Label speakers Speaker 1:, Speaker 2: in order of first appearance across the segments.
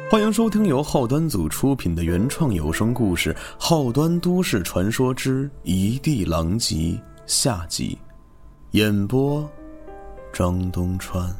Speaker 1: 欢迎收听由后端组出品的原创有声故事《后端都市传说之一地狼藉》下集，演播张东川。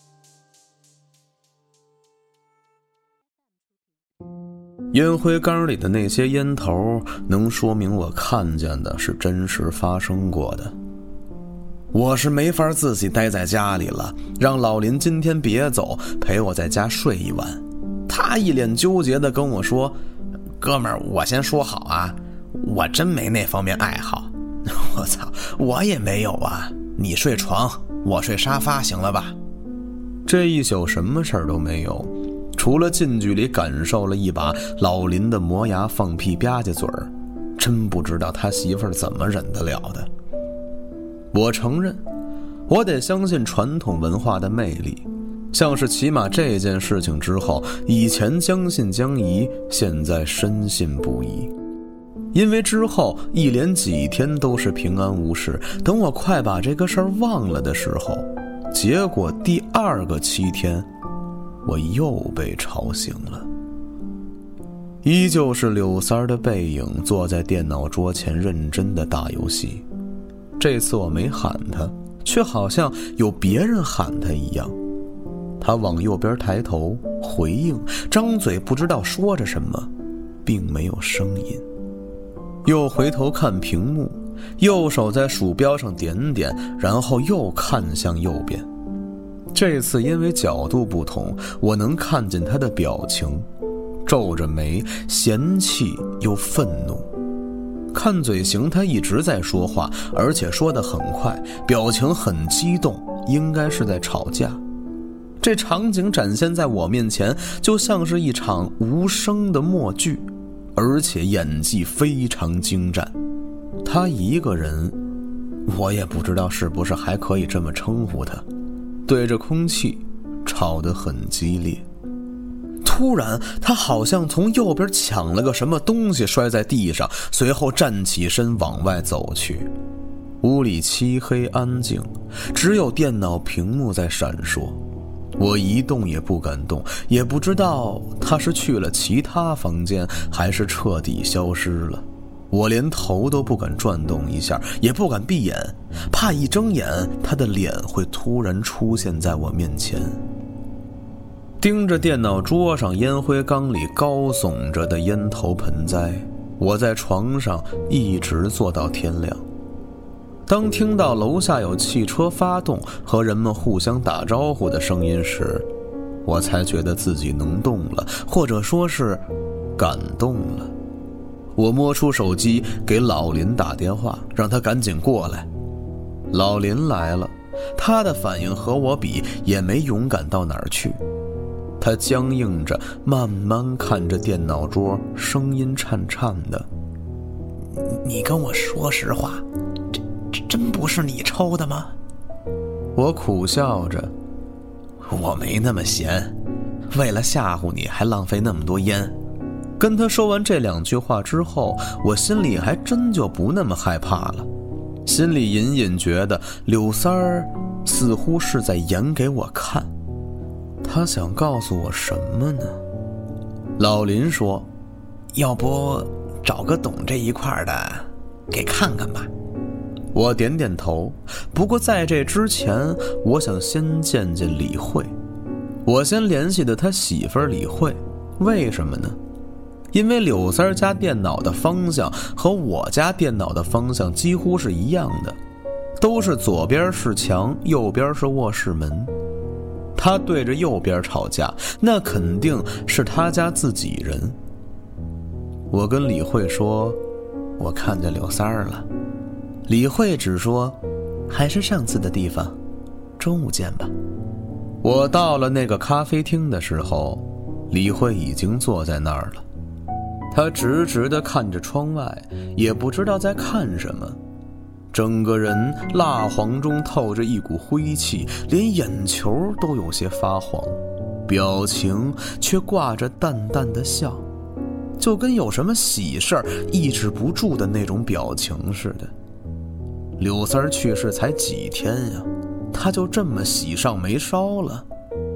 Speaker 1: 烟灰缸里的那些烟头能说明我看见的是真实发生过的。我是没法自己待在家里了，让老林今天别走，陪我在家睡一晚。他一脸纠结地跟我说，哥们儿，我先说好啊，我真没那方面爱好。我操，我也没有啊，你睡床，我睡沙发，行了吧？这一宿什么事儿都没有，除了近距离感受了一把老林的磨牙放屁吧唧嘴儿，真不知道他媳妇儿怎么忍得了的。我承认，我得相信传统文化的魅力，像是起码这件事情之后，以前将信将疑，现在深信不疑。因为之后一连几天都是平安无事，等我快把这个事儿忘了的时候，结果第2个7天我又被吵醒了。依旧是柳三儿的背影坐在电脑桌前认真的打游戏，这次我没喊他，却好像有别人喊他一样。他往右边抬头回应，张嘴不知道说着什么，并没有声音。又回头看屏幕，右手在鼠标上点点，然后又看向右边。这次因为角度不同，我能看见他的表情，皱着眉，嫌弃又愤怒。看嘴型他一直在说话，而且说得很快，表情很激动，应该是在吵架。这场景展现在我面前，就像是一场无声的默剧，而且演技非常精湛。他一个人，我也不知道是不是还可以这么称呼他，对着空气吵得很激烈。突然他好像从右边抢了个什么东西摔在地上，随后站起身往外走去。屋里漆黑安静，只有电脑屏幕在闪烁。我一动也不敢动，也不知道他是去了其他房间，还是彻底消失了。我连头都不敢转动一下，也不敢闭眼，怕一睁眼他的脸会突然出现在我面前。盯着电脑桌上烟灰缸里高耸着的烟头盆栽，我在床上一直坐到天亮。当听到楼下有汽车发动和人们互相打招呼的声音时，我才觉得自己能动了，或者说是感动了。我摸出手机给老林打电话，让他赶紧过来。老林来了，他的反应和我比也没勇敢到哪儿去。他僵硬着，慢慢看着电脑桌，声音颤颤的：你跟我说实话，这真不是你抽的吗？我苦笑着，我没那么闲，为了吓唬你还浪费那么多烟。跟他说完这2句话之后，我心里还真就不那么害怕了，心里隐隐觉得柳三儿似乎是在演给我看。他想告诉我什么呢？老林说，要不找个懂这一块的给看看吧。我点点头，不过在这之前，我想先见见李慧。我先联系的他媳妇儿李慧，为什么呢？因为柳三家电脑的方向和我家电脑的方向几乎是一样的，都是左边是墙，右边是卧室门。他对着右边吵架，那肯定是他家自己人。我跟李慧说，我看见柳三儿了。李慧只说，还是上次的地方，中午见吧。我到了那个咖啡厅的时候，李慧已经坐在那儿了。她直直地看着窗外，也不知道在看什么，整个人蜡黄中透着一股灰气，连眼球都有些发黄，表情却挂着淡淡的笑，就跟有什么喜事儿抑制不住的那种表情似的。柳三儿去世才几天呀，他就这么喜上眉梢了。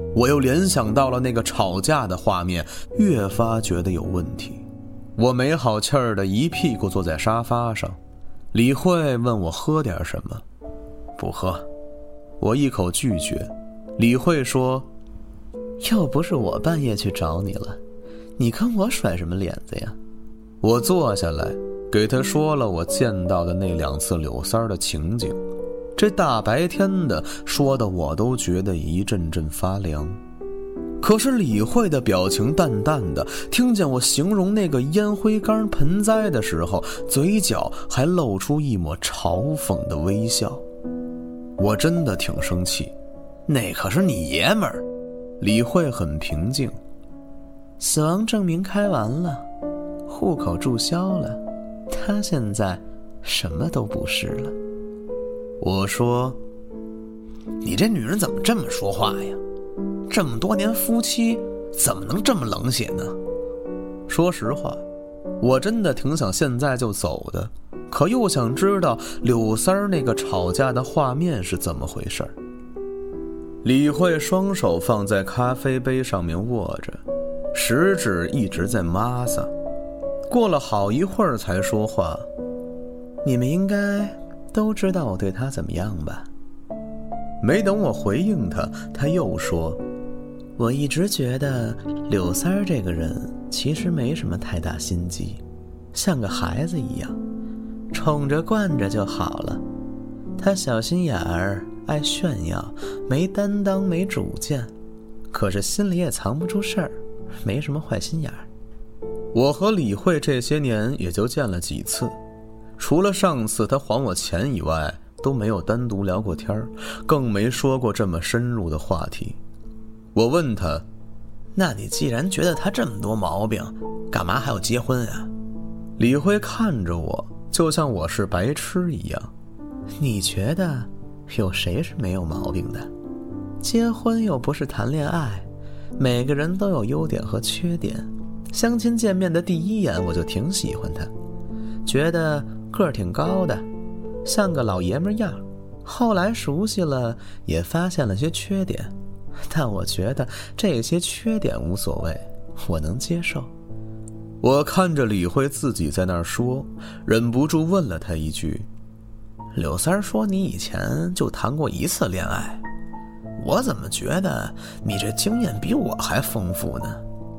Speaker 1: 我又联想到了那个吵架的画面，越发觉得有问题。我没好气儿的一屁股坐在沙发上。李慧问我喝点什么，不喝。我一口拒绝。李慧说，又不是我半夜去找你了，你跟我甩什么脸子呀？我坐下来给他说了我见到的那2次柳三儿的情景，这大白天的说的我都觉得一阵阵发凉。可是李慧的表情淡淡的，听见我形容那个烟灰缸盆栽的时候，嘴角还露出一抹嘲讽的微笑。我真的挺生气，那可是你爷们儿。李慧很平静，死亡证明开完了，户口注销了，他现在什么都不是了。我说，你这女人怎么这么说话呀？这么多年夫妻怎么能这么冷血呢？说实话，我真的挺想现在就走的，可又想知道柳三儿那个吵架的画面是怎么回事。李慧双手放在咖啡杯上面握着，食指一直在抹撒，过了好一会儿才说话。你们应该都知道我对他怎么样吧？没等我回应他，他又说，我一直觉得柳三儿这个人其实没什么太大心机，像个孩子一样，宠着惯着就好了。他小心眼儿，爱炫耀，没担当，没主见，可是心里也藏不住事儿，没什么坏心眼儿。我和李慧这些年也就见了几次，除了上次他还我钱以外，都没有单独聊过天，更没说过这么深入的话题。我问他，那你既然觉得他这么多毛病，干嘛还要结婚啊？李辉看着我，就像我是白痴一样。你觉得有谁是没有毛病的？结婚又不是谈恋爱，每个人都有优点和缺点。相亲见面的第一眼我就挺喜欢他，觉得个儿挺高的，像个老爷们样。后来熟悉了，也发现了些缺点，但我觉得这些缺点无所谓，我能接受。我看着李慧自己在那儿说，忍不住问了他一句，柳三说你以前就谈过1次恋爱，我怎么觉得你这经验比我还丰富呢？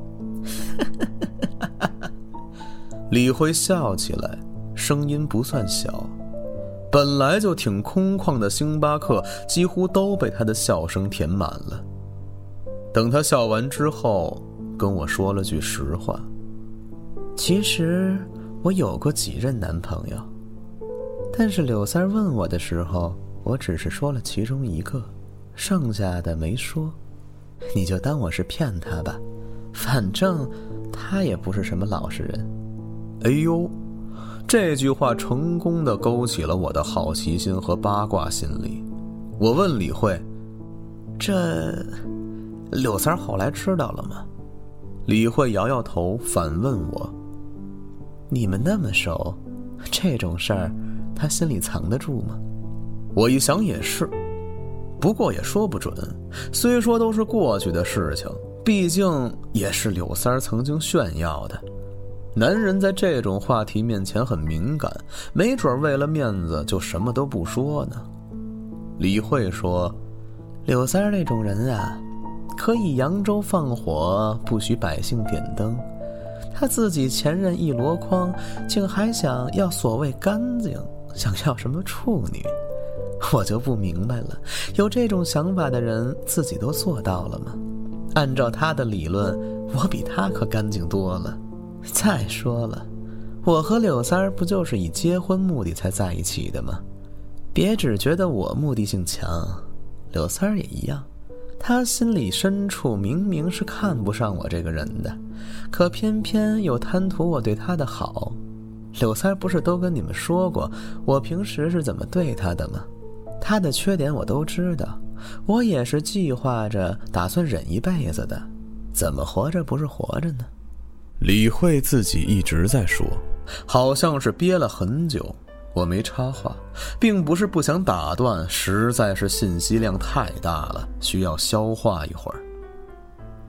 Speaker 1: 李慧笑起来，声音不算小，本来就挺空旷的星巴克几乎都被他的笑声填满了。等他笑完之后，跟我说了句实话，其实我有过几任男朋友，但是柳三问我的时候，我只是说了其中1个，剩下的没说。你就当我是骗他吧，反正他也不是什么老实人。哎呦，这句话成功地勾起了我的好奇心和八卦心理。我问李慧，这柳三后来知道了吗？李慧摇摇头，反问我，你们那么熟，这种事儿他心里藏得住吗？我一想也是，不过也说不准，虽说都是过去的事情，毕竟也是柳三曾经炫耀的。男人在这种话题面前很敏感，没准为了面子就什么都不说呢。李慧说，柳三那种人啊，可以扬州放火，不许百姓点灯，他自己前任一箩筐，竟还想要所谓干净，想要什么处女。我就不明白了，有这种想法的人自己都做到了吗？按照他的理论，我比他可干净多了。再说了，我和柳三不就是以结婚目的才在一起的吗？别只觉得我目的性强，柳三也一样。他心里深处明明是看不上我这个人的，可偏偏又贪图我对他的好。柳三不是都跟你们说过我平时是怎么对他的吗？他的缺点我都知道，我也是计划着打算忍一辈子的，怎么活着不是活着呢？李慧自己一直在说，好像是憋了很久。我没插话，并不是不想打断，实在是信息量太大了，需要消化一会儿。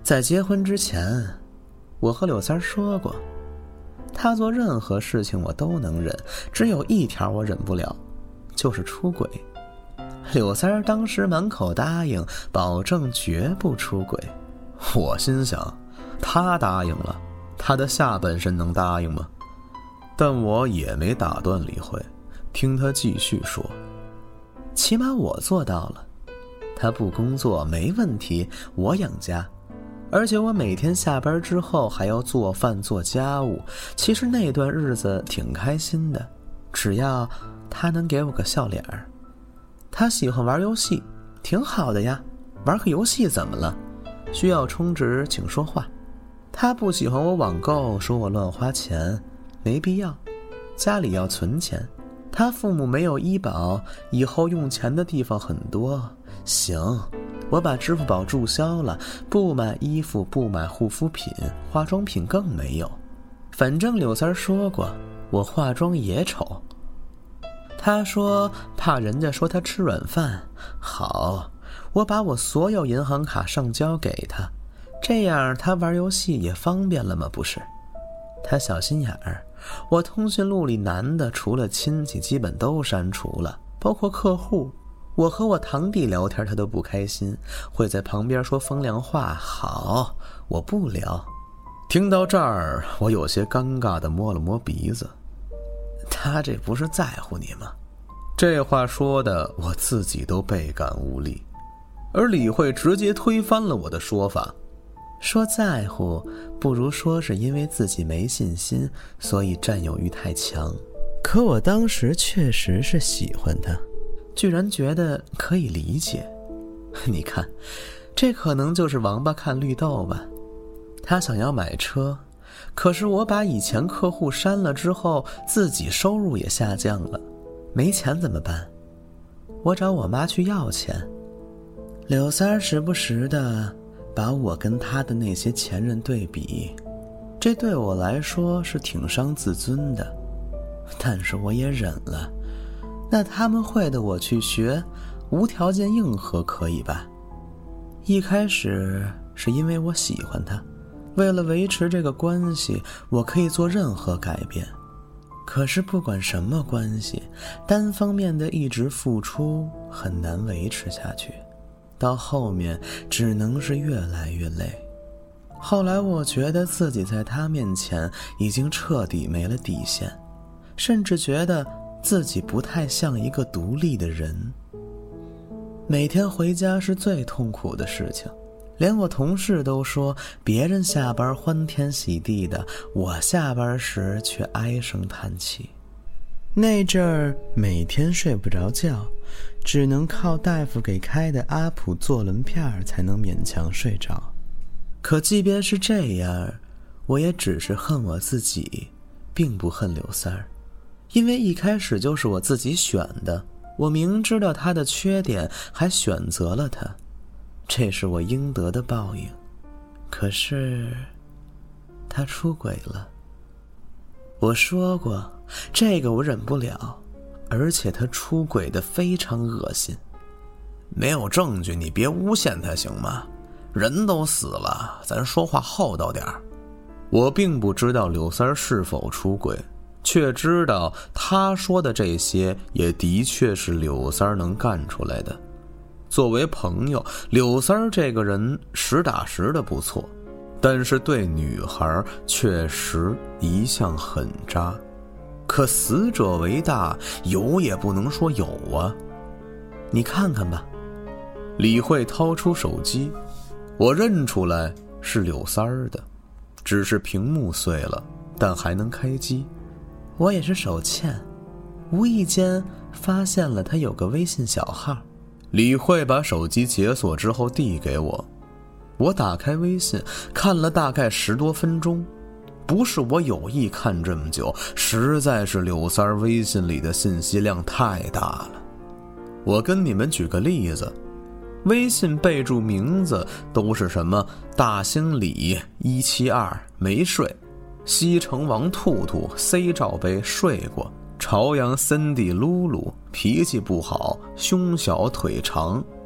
Speaker 1: 在结婚之前，我和柳三说过，他做任何事情我都能忍，只有一条我忍不了，就是出轨。柳三当时满口答应，保证绝不出轨。我心想，他答应了，他的下半身能答应吗？但我也没打断李慧，听他继续说，起码我做到了。他不工作没问题，我养家，而且我每天下班之后还要做饭做家务。其实那段日子挺开心的，只要他能给我个笑脸儿。他喜欢玩游戏，挺好的呀，玩个游戏怎么了？需要充值请说话。他不喜欢我网购，说我乱花钱，没必要，家里要存钱。他父母没有医保，以后用钱的地方很多。行，我把支付宝注销了，不买衣服，不买护肤品，化妆品更没有。反正柳三说过，我化妆也丑。他说怕人家说他吃软饭。好，我把我所有银行卡上交给他，这样他玩游戏也方便了吗？不是。他小心眼儿，我通讯录里男的除了亲戚基本都删除了，包括客户。我和我堂弟聊天他都不开心，会在旁边说风凉话。好，我不聊。听到这儿，我有些尴尬地摸了摸鼻子。他这不是在乎你吗？这话说的我自己都倍感无力，而李慧直接推翻了我的说法，说在乎不如说是因为自己没信心，所以占有欲太强。可我当时确实是喜欢他，居然觉得可以理解。你看，这可能就是王八看绿豆吧。他想要买车，可是我把以前客户删了之后，自己收入也下降了，没钱怎么办？我找我妈去要钱。柳三时不时的把我跟他的那些前任对比，这对我来说是挺伤自尊的，但是我也忍了。那他们会的我去学，无条件应和可以吧？一开始是因为我喜欢他，为了维持这个关系，我可以做任何改变。可是不管什么关系，单方面的一直付出很难维持下去，到后面只能是越来越累。后来我觉得自己在他面前已经彻底没了底线，甚至觉得自己不太像一个独立的人。每天回家是最痛苦的事情，连我同事都说别人下班欢天喜地的，我下班时却唉声叹气。那阵儿每天睡不着觉，只能靠大夫给开的阿普唑仑片才能勉强睡着。可即便是这样，我也只是恨我自己，并不恨柳三儿，因为一开始就是我自己选的，我明知道他的缺点还选择了他，这是我应得的报应。可是他出轨了，我说过这个我忍不了，而且他出轨的非常恶心。没有证据你别诬陷他行吗？人都死了，咱说话厚道点儿。我并不知道柳三是否出轨，却知道他说的这些也的确是柳三能干出来的。作为朋友，柳三这个人实打实的不错，但是对女孩确实一向很渣。可死者为大，有也不能说有啊。你看看吧。李慧掏出手机，我认出来是柳三的，只是屏幕碎了，但还能开机。我也是手欠，无意间发现了他有个微信小号。李慧把手机解锁之后递给我，我打开微信看了大概10多分钟。不是我有意看这么久，实在是柳三微信里的信息量太大了。我跟你们举个例子，微信备注名字都是什么大兴李172没睡，西城王兔兔 C 罩杯睡过，朝阳森地露露脾气不好，胸小腿长，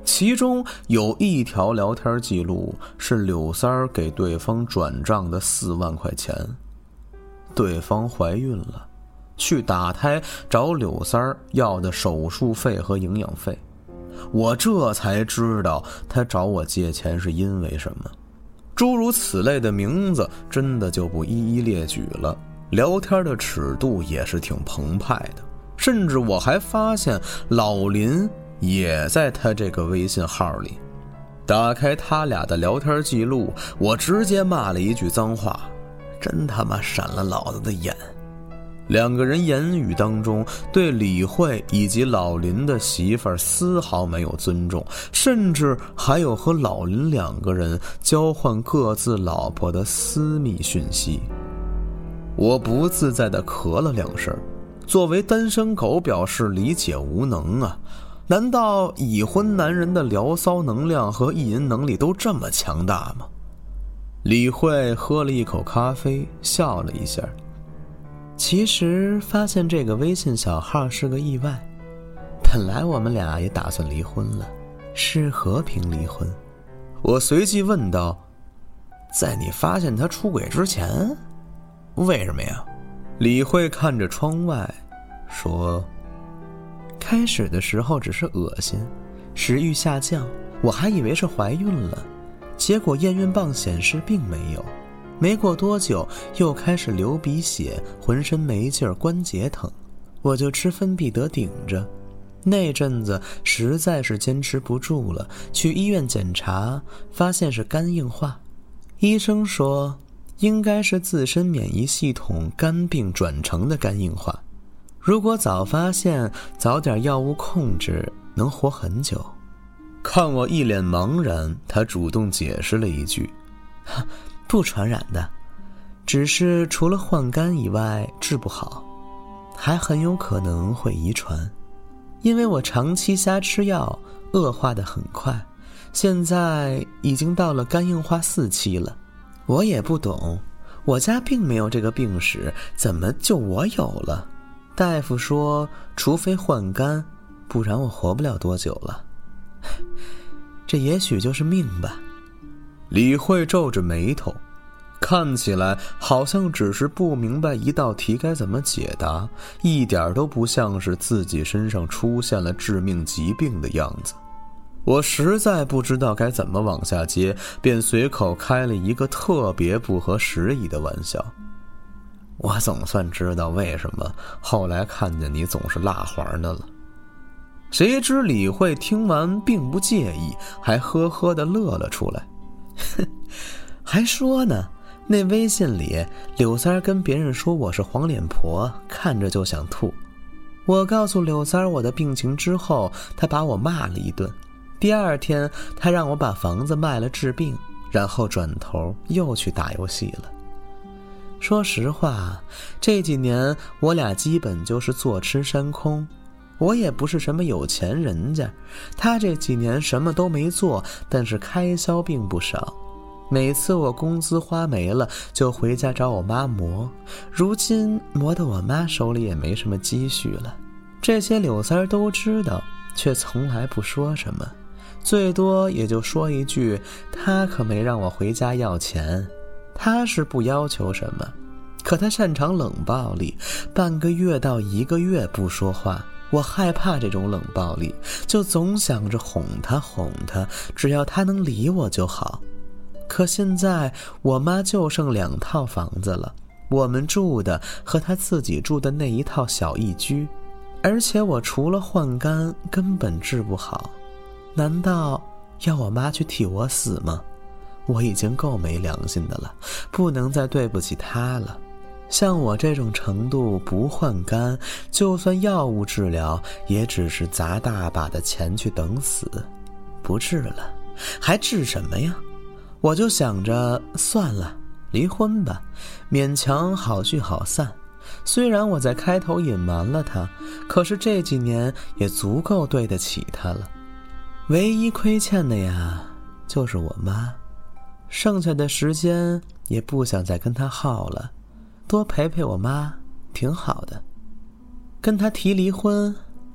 Speaker 1: 其中有一条聊天记录是柳三儿给对方转账的4万块钱。对方怀孕了，去打胎找柳三儿要的手术费和营养费。我这才知道他找我借钱是因为什么。诸如此类的名字真的就不一一列举了，聊天的尺度也是挺澎湃的。甚至我还发现老林也在他这个微信号里。打开他俩的聊天记录，我直接骂了一句脏话，真他妈闪了老子的眼。两个人言语当中对李慧以及老林的媳妇儿丝毫没有尊重，甚至还有和老林2个人交换各自老婆的私密讯息。我不自在地咳了2声，作为单身狗表示理解无能啊！难道已婚男人的聊骚能量和意淫能力都这么强大吗？李慧喝了一口咖啡，笑了一下。其实发现这个微信小号是个意外，本来我们俩也打算离婚了，是和平离婚。我随即问道，在你发现他出轨之前？为什么呀？李慧看着窗外说，开始的时候只是恶心，食欲下降，我还以为是怀孕了，结果验孕棒显示并没有。没过多久又开始流鼻血，浑身没劲儿，关节疼，我就吃芬必得顶着。那阵子实在是坚持不住了，去医院检查，发现是肝硬化。医生说应该是自身免疫系统肝病转成的肝硬化，如果早发现，早点药物控制，能活很久。看我一脸茫然，他主动解释了一句，不传染的，只是除了换肝以外治不好，还很有可能会遗传。因为我长期瞎吃药，恶化得很快，现在已经到了肝硬化4期了。我也不懂，我家并没有这个病史，怎么就我有了？大夫说除非换肝，不然我活不了多久了。这也许就是命吧。李慧皱着眉头，看起来好像只是不明白一道题该怎么解答，一点都不像是自己身上出现了致命疾病的样子。我实在不知道该怎么往下接，便随口开了一个特别不合时宜的玩笑。我总算知道为什么后来看见你总是蜡黄的了。谁知李慧听完并不介意，还呵呵地乐了出来。还说呢，那微信里柳三儿跟别人说我是黄脸婆，看着就想吐。我告诉柳三儿我的病情之后，他把我骂了一顿。第2天他让我把房子卖了治病，然后转头又去打游戏了。说实话，这几年我俩基本就是坐吃山空。我也不是什么有钱人家，他这几年什么都没做，但是开销并不少。每次我工资花没了，就回家找我妈磨，如今磨得我妈手里也没什么积蓄了。这些柳三儿都知道，却从来不说什么，最多也就说一句，他可没让我回家要钱。他是不要求什么，可他擅长冷暴力，半个月到1个月不说话。我害怕这种冷暴力，就总想着哄他，只要他能理我就好。可现在我妈就剩2套房子了，我们住的和她自己住的那一套小一居，而且我除了换肝根本治不好。难道要我妈去替我死吗？我已经够没良心的了，不能再对不起她了。像我这种程度不换肝，就算药物治疗，也只是砸大把的钱去等死，不治了，还治什么呀？我就想着算了，离婚吧，勉强好聚好散。虽然我在开头隐瞒了他，可是这几年也足够对得起他了。唯一亏欠的呀，就是我妈，剩下的时间也不想再跟他耗了，多陪陪我妈挺好的。跟他提离婚，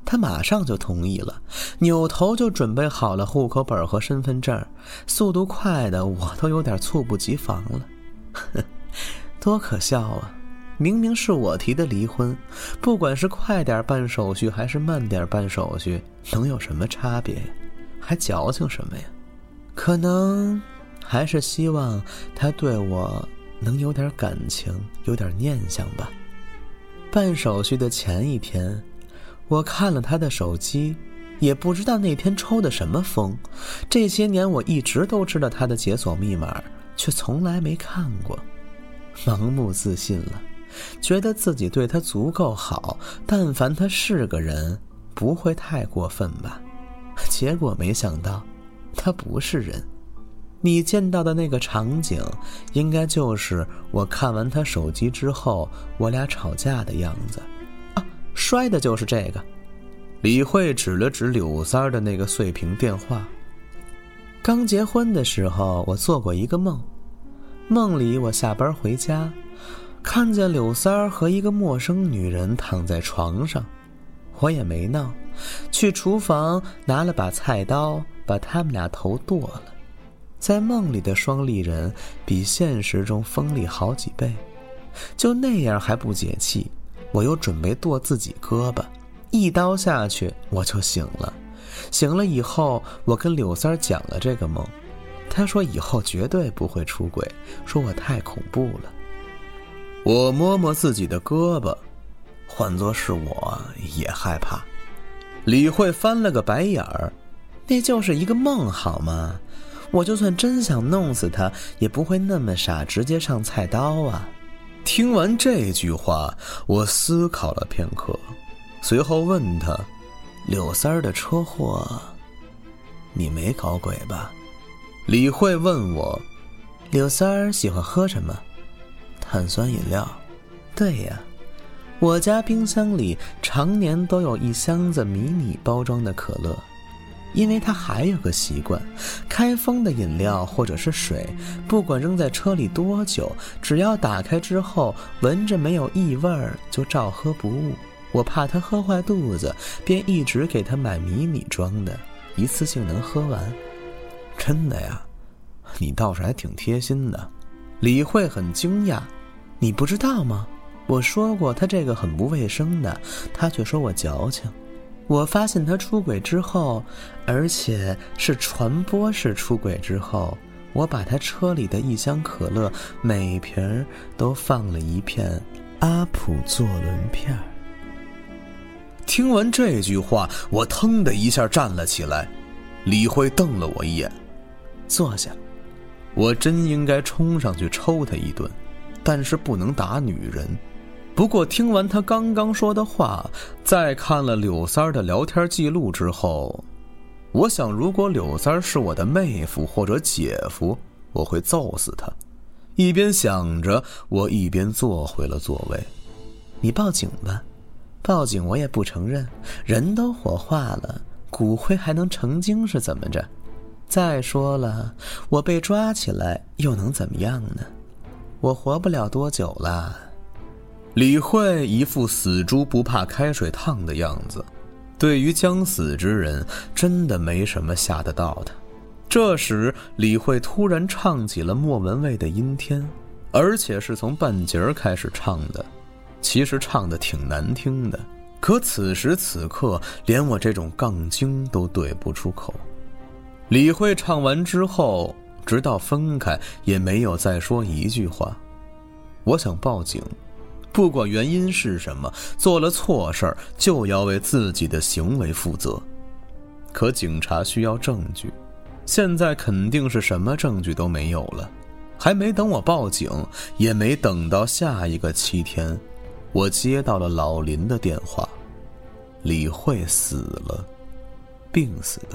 Speaker 1: 他马上就同意了，扭头就准备好了户口本和身份证，速度快的我都有点猝不及防了。多可笑啊！明明是我提的离婚，不管是快点办手续还是慢点办手续，能有什么差别呀？还矫情什么呀？可能还是希望他对我能有点感情，有点念想吧。办手续的前一天，我看了他的手机，也不知道那天抽的什么风，这些年我一直都知道他的解锁密码，却从来没看过。盲目自信了，觉得自己对他足够好，但凡他是个人，不会太过分吧。结果没想到他不是人。你见到的那个场景，应该就是我看完他手机之后我俩吵架的样子啊！摔的就是这个。李慧指了指柳三的那个碎屏电话。刚结婚的时候，我做过一个梦，梦里我下班回家，看见柳三和一个陌生女人躺在床上，我也没闹，去厨房拿了把菜刀，把他们俩头剁了。在梦里的双立人比现实中锋利好几倍，就那样还不解气，我又准备剁自己胳膊，一刀下去我就醒了。醒了以后，我跟柳三讲了这个梦，他说以后绝对不会出轨，说我太恐怖了。我摸摸自己的胳膊，换作是我也害怕。李慧翻了个白眼儿，那就是一个梦好吗？我就算真想弄死他，也不会那么傻直接上菜刀啊。听完这句话，我思考了片刻，随后问他，柳三的车祸你没搞鬼吧？李慧问我，柳三喜欢喝什么？碳酸饮料。对呀，我家冰箱里常年都有一箱子迷你包装的可乐，因为他还有个习惯，开封的饮料或者是水，不管扔在车里多久，只要打开之后闻着没有异味就照喝不误。我怕他喝坏肚子，便一直给他买迷你装的，一次性能喝完。真的呀？你倒是还挺贴心的。李慧很惊讶，你不知道吗？我说过他这个很不卫生的，他却说我矫情。我发现他出轨之后，而且是传播式出轨之后，我把他车里的一箱可乐每瓶都放了一片阿普唑仑片。听完这句话，我腾的一下站了起来。李慧瞪了我一眼，坐下。我真应该冲上去抽他一顿，但是不能打女人。不过听完他刚刚说的话，再看了柳三的聊天记录之后，我想如果柳三是我的妹夫或者姐夫，我会揍死他。一边想着，我一边坐回了座位。你报警吧。报警我也不承认，人都火化了，骨灰还能成精是怎么着？再说了，我被抓起来又能怎么样呢？我活不了多久了。李慧一副死猪不怕开水烫的样子，对于将死之人真的没什么吓得到的。这时李慧突然唱起了莫文蔚的阴天，而且是从半截开始唱的，其实唱的挺难听的，可此时此刻连我这种杠精都对不出口。李慧唱完之后，直到分开也没有再说一句话。我想报警，不管原因是什么，做了错事就要为自己的行为负责。可警察需要证据，现在肯定是什么证据都没有了。还没等我报警，也没等到下一个7天，我接到了老林的电话，李慧死了，病死的。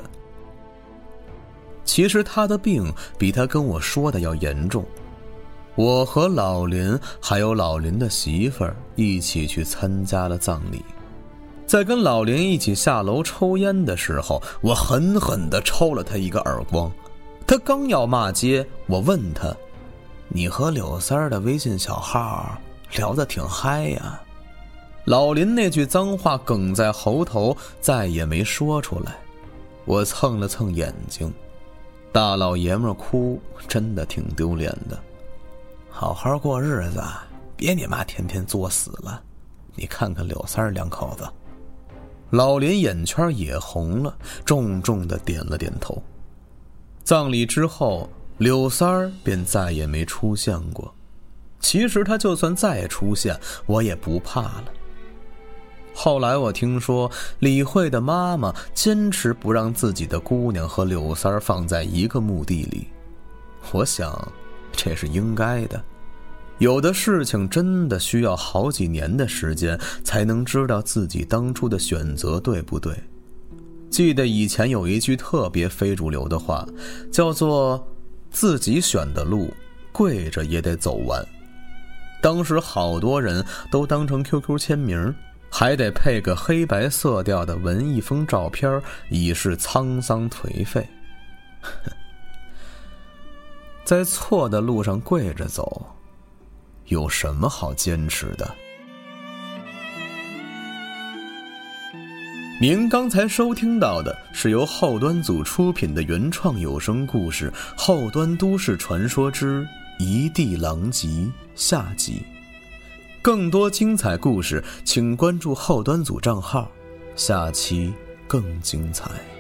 Speaker 1: 其实他的病比他跟我说的要严重。我和老林还有老林的媳妇儿一起去参加了葬礼。在跟老林一起下楼抽烟的时候，我狠狠地抽了他一个耳光。他刚要骂街，我问他，你和柳三的微信小号聊得挺嗨呀？ 老林那句脏话哽在喉头，再也没说出来。我蹭了蹭眼睛，大老爷们哭真的挺丢脸的。好好过日子，别你妈天天作死了。你看看柳三两口子。老林眼圈也红了，重重地点了点头。葬礼之后，柳三便再也没出现过。其实他就算再出现，我也不怕了。后来我听说李慧的妈妈坚持不让自己的姑娘和柳三放在一个墓地里，我想这是应该的。有的事情真的需要好几年的时间才能知道自己当初的选择对不对。记得以前有一句特别非主流的话，叫做自己选的路跪着也得走完。当时好多人都当成 QQ 签名，还得配个黑白色调的文艺风照片，以示沧桑颓废。在错的路上跪着走，有什么好坚持的？您刚才收听到的是由后端组出品的原创有声故事《后端都市传说之一地狼藉》下集。更多精彩故事请关注后端组账号，下期更精彩。